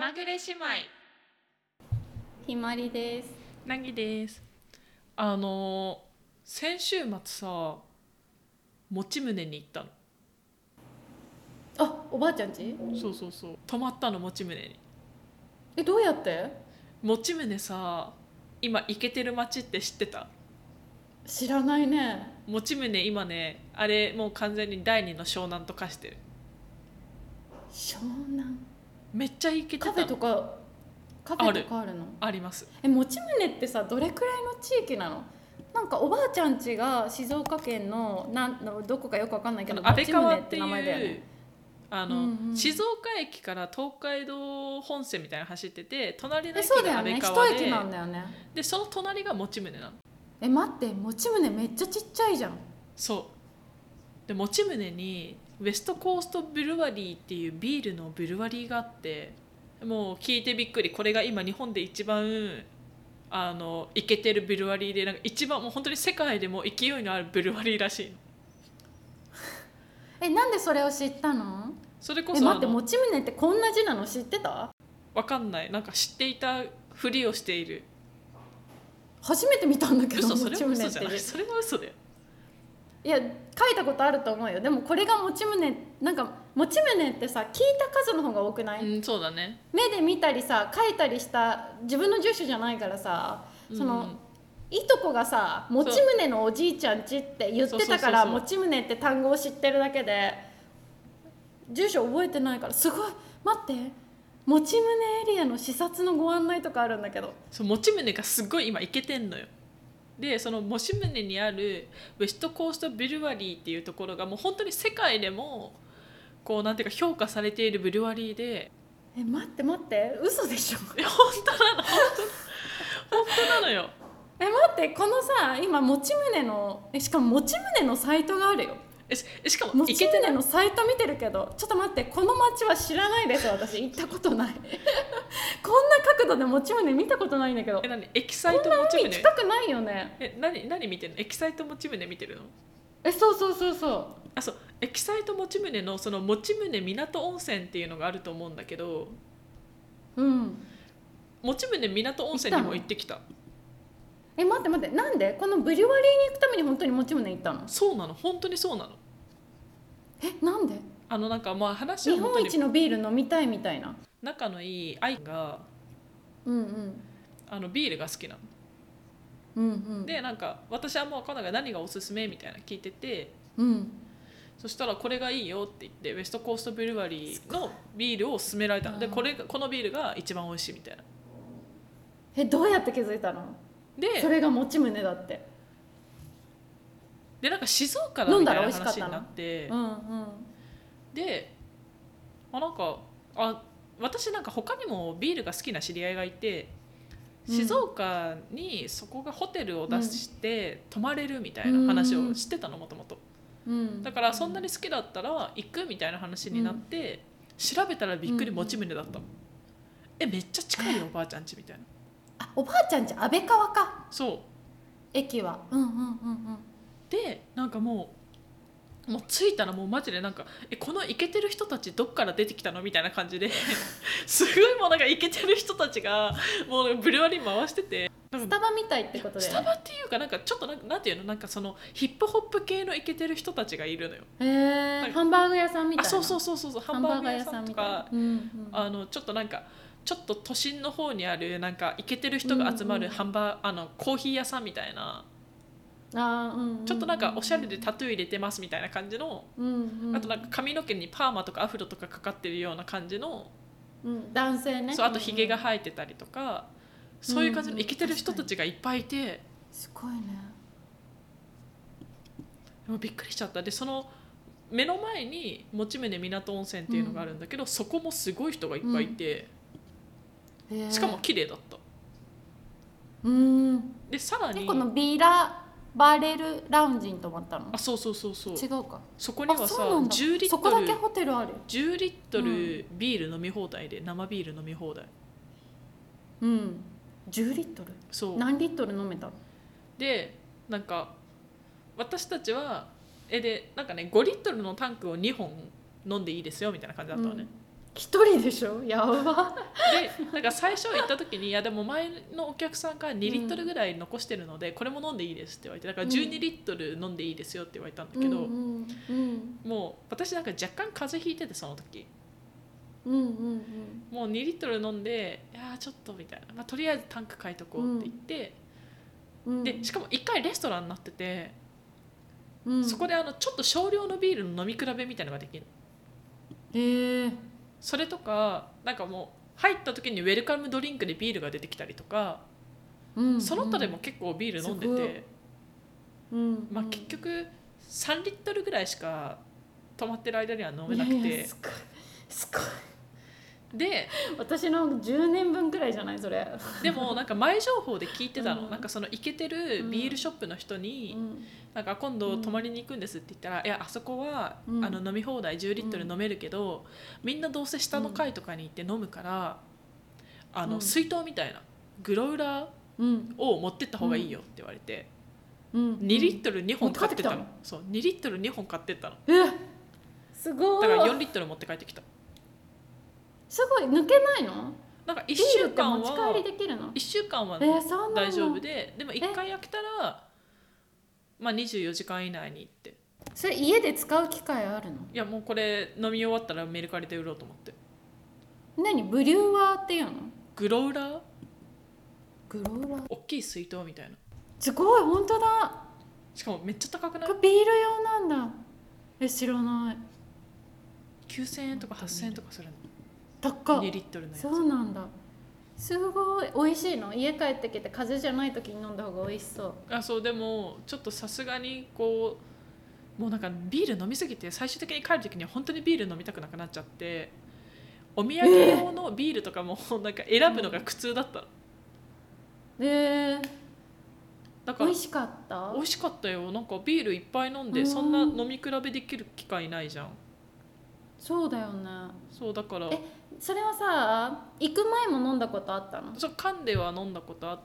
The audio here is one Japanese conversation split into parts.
まぐれ姉妹。 ひまりです。 なぎです。先週末さ、もちむねに行ったの。 あ、おばあちゃんち？ そうそうそう、泊まったの、もちむねに。 どうやって？ もちむねさ、今イケてる街って知ってた？ 知らないね。 もちむね今ね、あれもう完全に第二の湘南と化してる。 湘南。 めっちゃイケてカフたの。 ェとかカフェとかあるの？ あります。 もちむねってさ、どれくらいの地域なの？なんかおばあちゃん家が静岡県のどこかよくわかんないけど、 安もちむ倍川ってねって名前だよいうね。うんうん。 静岡駅から東海道本線みたいなの走ってて、隣の駅が安倍そうだよね、一川で、 駅なんだよね。 でその隣がもちむねなの。 待って、もちむねめっちゃちっちゃいじゃん。 そうで、もちむねにウェストコーストブルワリーっていうビールのブルワリーがあって、もう聞いてびっくり、これが今日本で一番イケてるブルワリーで、なんか一番もう本当に世界でも勢いのあるブルワリーらしいの。 なんでそれを知ったの？ それこそ待って、もちむねってこんな字なの知ってた？ わかんない、なんか知っていたふりをしている。 初めて見たんだけど、 嘘、そもれちむねって。 も嘘じゃない、それも嘘だよ。 いや、書いたことあると思うよ。でもこれがもちむね、なんかもちむねってさ、聞いた数の方が多くない？ うん、そうだね。 目で見たりさ、書いたりした自分の住所じゃないからさ、その、いとこがさ、もちむねのおじいちゃんちって言ってたから、もちむねって単語を知ってるだけで住所覚えてないから。すごい、待って、もちむねエリアの視察のご案内とかあるんだけど。 そう、もちむねがすごい今イケてんのよ。でそのもちむねにあるウェストコーストブルワリーっていうところがもう本当に世界でもこうなんていうか評価されているブルワリーで。 待って待って、嘘でしょ？ 本当なの、本当なのよ。 待って、このさ、今もちむねのしかももちむねのサイトがあるよ。 しかももちむねのサイト見てるけど、ちょっと待って、この街は知らないです。私行ったことないこんな角度でもちむね見たことないんだけど。 何エキサイトもちむね、 こんな海近くないよね。 何見てるの？エキサイトもちむね見てるの？ そうそうそうそう。 そう、エキサイトもちむねのそのもちむね港温泉っていうのがあると思うんだけど、 うん。 もちむね港温泉にも行ってきた。 待って待って、なんでこのブリュワリーに行くために本当にもちむね行ったの？ そうなの、本当にそうなの。 なんで？ なんかまあ話は日本当に本一のビール飲みたいみたいな。 仲のいい愛がビールが好きなの。でなんか私はもう分かんないから何がおすすめみたいな聞いてて、そしたらこれがいいよって言ってウェストコーストブルワリーのビールを勧められたので、このビールが一番美味しいみたいな。 どうやって気づいたの？ でそれがもちむねだって。 でなんか静岡だみたいな話になって、でなんか私なんか他にもビールが好きな知り合いがいて、静岡にそこがホテルを出して泊まれるみたいな話をしてたの、もともと。だからそんなに好きだったら行くみたいな話になって、調べたらびっくりもちむねだったの。めっちゃ近いよおばあちゃん家みたいな。 おばあちゃん家安倍川か。 そう駅は。 でなんかもう着いたらもうマジでなんかこのイケてる人たちどっから出てきたのみたいな感じですごいもうなんかイケてる人たちがもうブルワリー回してて、 スタバみたいってことで、 スタバっていうかなんかちょっとなんていうの、なんかそのヒップホップ系のイケてる人たちがいるのよ。 ハンバーグ屋さんみたいな。 そうハンバーグ屋さんとか、ちょっとなんかちょっと都心の方にあるなんかイケてる人が集まるコーヒー屋さんみたいな、ちょっとなんかおしゃれでタトゥー入れてますみたいな感じの、あとなんか髪の毛にパーマとかアフロとかかかってるような感じの、 男性ね。 そう、あとひげが生えてたりとか、そういう感じのイケてる人たちがいっぱいいて、 すごいね。 でもびっくりしちゃった。でその目の前にもちむね港温泉っていうのがあるんだけど、そこもすごい人がいっぱいいて、しかも綺麗だった。でさらにこのビーラバレルラウンジに泊まったの？ そう違うか。 そこにはさ10リットル、 そこだけホテルある。 10リットルビール飲み放題で、生ビール飲み放題。 10リットル？ そう。 何リットル飲めた？ でなんか私たちはでなんかね5リットルのタンクを2本飲んでいいですよみたいな感じだったのね。 一人でしょ、やば。 でなんか最初行った時にいやでも前のお客さんが2リットルぐらい残してるので、これも飲んでいいですって言われて、だから12リットル飲んでいいですよって言われたんだけど、もう私なんか若干風邪ひいててその時、もう2リットル飲んでいやちょっとみたいな、とりあえずタンク買いとこうって言って、でしかも1回レストランになってて、そこでちょっと少量のビールの飲み比べみたいなのができる。それとかなんかもう入った時にウェルカムドリンクでビールが出てきたりとか、その他でも結構ビール飲んでて、結局3リットルぐらいしか泊まってる間には飲めなくて、 すごいで私の10年分くらいじゃないそれ。 でもなんか前情報で聞いてたの、なんかそのイケてるビールショップの人に、なんか今度泊まりに行くんですって言ったら、いやあそこは、飲み放題10リットル飲めるけど、みんなどうせ下の階とかに行って飲むから、水筒みたいなグロウラーを持ってった方がいいよって言われて、2リットル2本買ってったの。そう2リットル2本買ってったの。 すごい。 だから4リットル持って帰ってきた。 すごい抜けないの？ なんか1週間は持ち帰りできるの？ 1週間は大丈夫で、でも1回開けたら24時間以内に行って。 それ家で使う機会あるの？ いやもうこれ飲み終わったらメルカリで売ろうと思って。 何ブリュワーっていうの？ グロウラー？ グロウラー？ 大きい水筒みたいな。 すごい本当だ。 しかもめっちゃ高くない？ これビール用なんだ。知らない。 9000円とか8000円とかするの。 高っ。 2リットルのやつ。 そうなんだ。すごい美味しいの？家帰ってきて風邪じゃない時に飲んだ方が美味しそう。 そうでもちょっとさすがにこうもうなんかビール飲みすぎて最終的に帰る時には本当にビール飲みたくなくなっちゃって、お土産用のビールとかもなんか選ぶのが苦痛だった。だから美味しかった？ 美味しかったよ。なんかビールいっぱい飲んで、そんな飲み比べできる機会ないじゃん。 そうだよね。 そうだからそれはさ行く前も飲んだことあったの？ そう缶では飲んだことあって。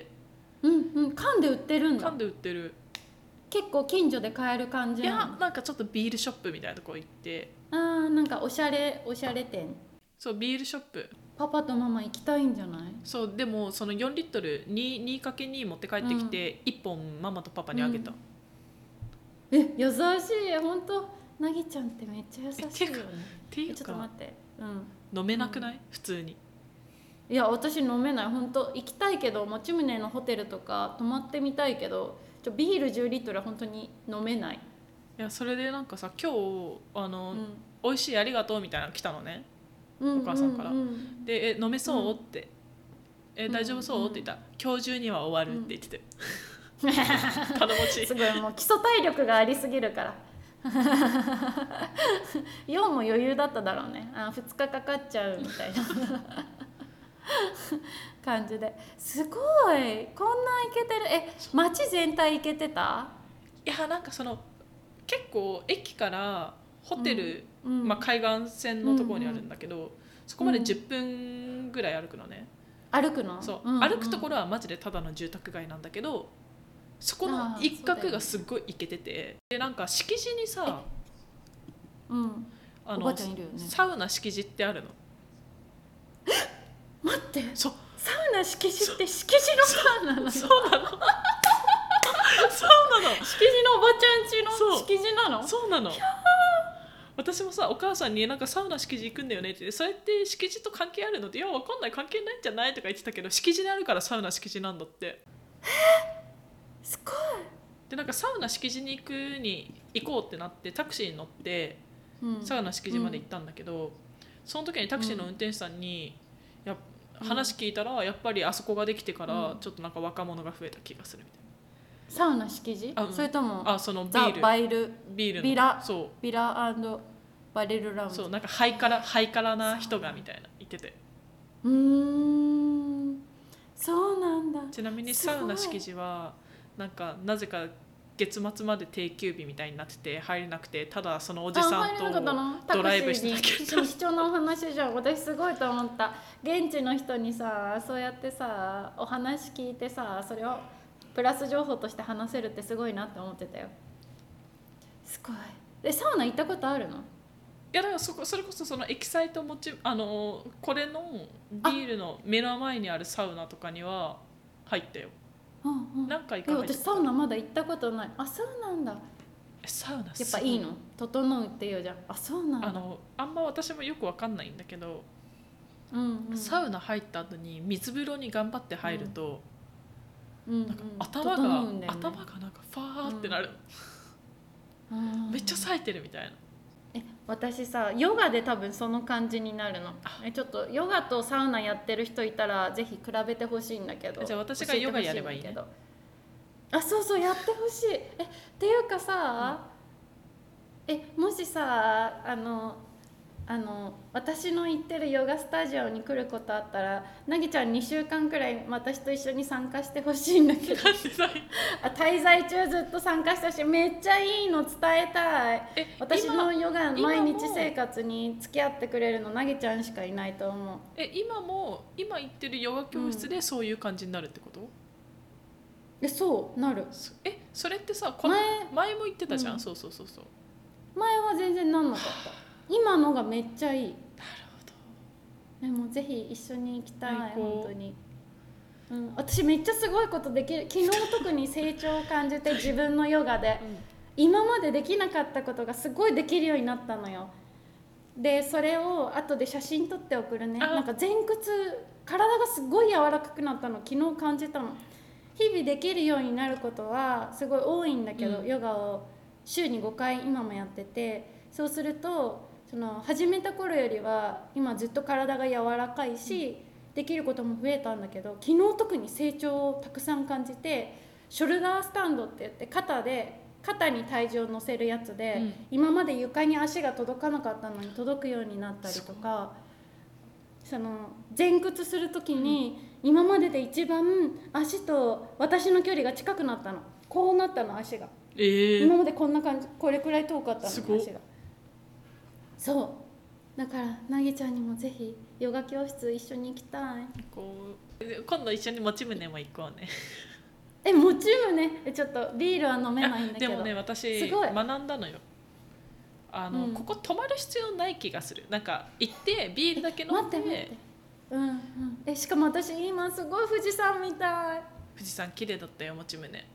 缶で売ってるんだ。 缶で売ってる。 結構近所で買える感じなの？ いやなんかちょっとビールショップみたいなとこ行って。 なんかおしゃれ店。 そうビールショップ。 パパとママ行きたいんじゃない？ そうでもその4リットル 2×2 持って帰ってきて、1本ママとパパにあげた。 優しい。本当なぎちゃんってめっちゃ優しいよね。 っていうかちょっと待って、 飲めなくない？普通に。 いや私飲めない。本当行きたいけど、持ち宗のホテルとか泊まってみたいけど、ビール10リットルは本当に飲めない。 いやそれでなんかさ今日美味しいありがとうみたいなの来たのね、お母さんから。で飲めそうって、大丈夫そうって言ったら、今日中には終わるって言ってて、頼もしい。 すごいもう基礎体力がありすぎるから4も余裕だっただろうね。2日かかっちゃうみたいな感じで。すごいこんなんいけてる。街全体いけてた？ いやなんかその結構駅からホテル、海岸線のところにあるんだけど、そこまで10分ぐらい歩くのね。 歩くの？ そう、歩くところはマジでただの住宅街なんだけど、そこの一角がすっごいイケてて、でなんか敷地にさ、 おばあちゃんいるよね。 サウナ敷地ってあるの。 待って、 そうサウナ敷地って敷地のサウナなの？ そうなのそうなの。 敷地のおばちゃん家の敷地なの？ そうなの。私もさお母さんになんかサウナ敷地行くんだよねって、それって敷地と関係あるのって、いやわかんない、関係ないんじゃないとか言ってたけど、敷地であるからサウナ敷地なんだって。 すごい。でなんかサウナ敷地に行こうってなってタクシーに乗って、サウナ敷地まで行ったんだけど、その時にタクシーの運転手さんに、話聞いたらやっぱりあそこができてからちょっとなんか若者が増えた気がするみたいな。 サウナ敷地？それともそのビザ・バイルビールのビラそうバレルラウンジ。 そうなんかハイカラな人がみたいな言ってて。 そうなんだ。 ちなみにサウナ敷地はなんかなぜか月末まで定休日みたいになってて入れなくて、ただそのおじさんとドライブしてたけど。 貴重なお話じゃん。私すごいと思った。現地の人にさそうやってさお話聞いてさ、それをプラス情報として話せるってすごいなって思ってたよ。すごい。サウナ行ったことあるの？ やだからそれこそそのエキサイトこれのビールの目の前にあるサウナとかには入ったよ。何回か入った。 私サウナまだ行ったことない。あ、そうなんだ。 サウナやっぱいいの？整うっていうじゃん。あ、そうなんだ。 あんま私もよくわかんないんだけど、サウナ入った後に水風呂に頑張って入ると、なんか頭がなんかファーってなる、めっちゃ冴えてるみたいな。 私さ、ヨガで多分その感じになるの。ちょっとヨガとサウナやってる人いたらぜひ比べてほしいんだけど。 じゃあ私がヨガやればいいね。 あ、そうやってほしい。っていうかさ、もしさ私の行ってるヨガスタジオに来ることあったら、なぎちゃん2週間くらい私と一緒に参加してほしいんだけど滞在中ずっと参加してほしい。めっちゃいいの伝えたい。私のヨガ毎日生活に付き合ってくれるのなぎちゃんしかいないと思う。 今行ってるヨガ教室でそういう感じになるってこと？ そうなる。 それってさ、前も言ってたじゃん。そう。 前は全然なんなかった。今のがめっちゃいい。なるほど。 でもぜひ一緒に行きたい、本当に。私めっちゃすごいことできる。昨日特に成長を感じて自分のヨガで、今までできなかったことがすごいできるようになったのよ。でそれを後で写真撮って送るね。なんか前屈、体がすごい柔らかくなったの昨日感じたの。日々できるようになることはすごい多いんだけど、ヨガを週に5回今もやってて、そうすると始めた頃よりは今ずっと体が柔らかいし、できることも増えたんだけど、昨日特に成長をたくさん感じて、ショルダースタンドって言って肩に体重を乗せるやつで、今まで床に足が届かなかったのに届くようになったりとか、前屈する時に今までで一番足と私の距離が近くなったの。こうなったの、足が。今までこんな感じ、これくらい遠かったの、足が。そうだからなぎちゃんにもぜひヨガ教室一緒に行きたい。 今度一緒にもち胸も行こうね。 もち胸ちょっとビールは飲めないんだけど。 でもね、私学んだのよ。ここ泊まる必要ない気がする。なんか行ってビールだけ飲んで。 待ってしかも私今すごい富士山みたい。 富士山綺麗だったよ、もち胸。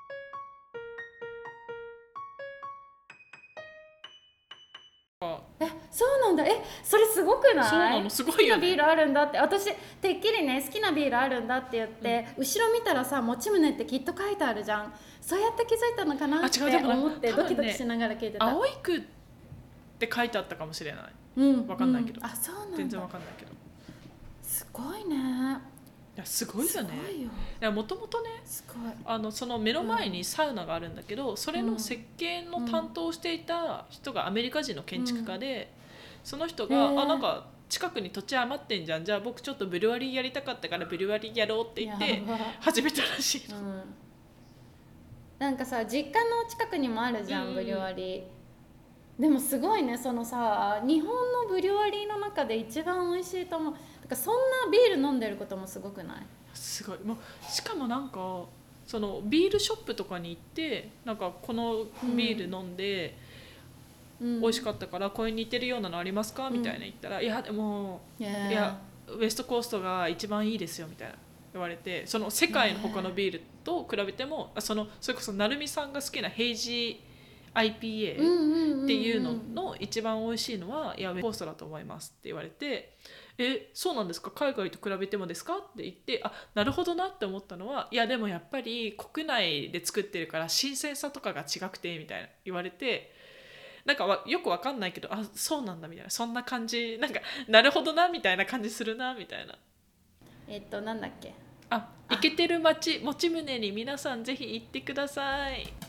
そうなんだ。それすごくない？ そうなの、すごいよね。 好きなビールあるんだって。私てっきりね、好きなビールあるんだって言って、後ろ見たらさ、もち胸ってきっと書いてあるじゃん。そうやって気づいたのかなって思ってドキドキしながら聞いてた。 青い区って書いてあったかもしれない。わかんないけど。 そうなんだ。 全然わかんないけど。 すごいね。 いやすごいよね。もともとね、その目の前にサウナがあるんだけど、それの設計の担当していた人がアメリカ人の建築家で、その人がなんか近くに土地余ってんじゃん、じゃあ僕ちょっとブリュワリーやりたかったからブリュワリーやろうって言って始めたらしいの。 なんかさ、実家の近くにもあるじゃん、ブリュワリー。でもすごいね、日本のブリュワリーの中で一番美味しいと思う。だからそんなビール飲んでることもすごくない？ すごい。もうしかもなんかビールショップとかに行って、なんかこのビール飲んで、美味しかったからこれに似てるようなのありますかみたいな言ったら、いやでもいやウエストコーストが一番いいですよみたいな言われて、世界の他のビールと比べても、それこそ成美さんが好きなヘイジーIPA っていうのの一番美味しいのは、いやウェストコーストだと思いますって言われて、そうなんですか、海外と比べてもですかって言って、なるほどなって思ったのは、いやでもやっぱり国内で作ってるから新鮮さとかが違くてみたいな言われて、なんかよくわかんないけど、そうなんだみたいな、そんな感じ、なんかなるほどなみたいな感じするなみたいな。 なんだっけ、 イケてる街もち胸に皆さんぜひ行ってください。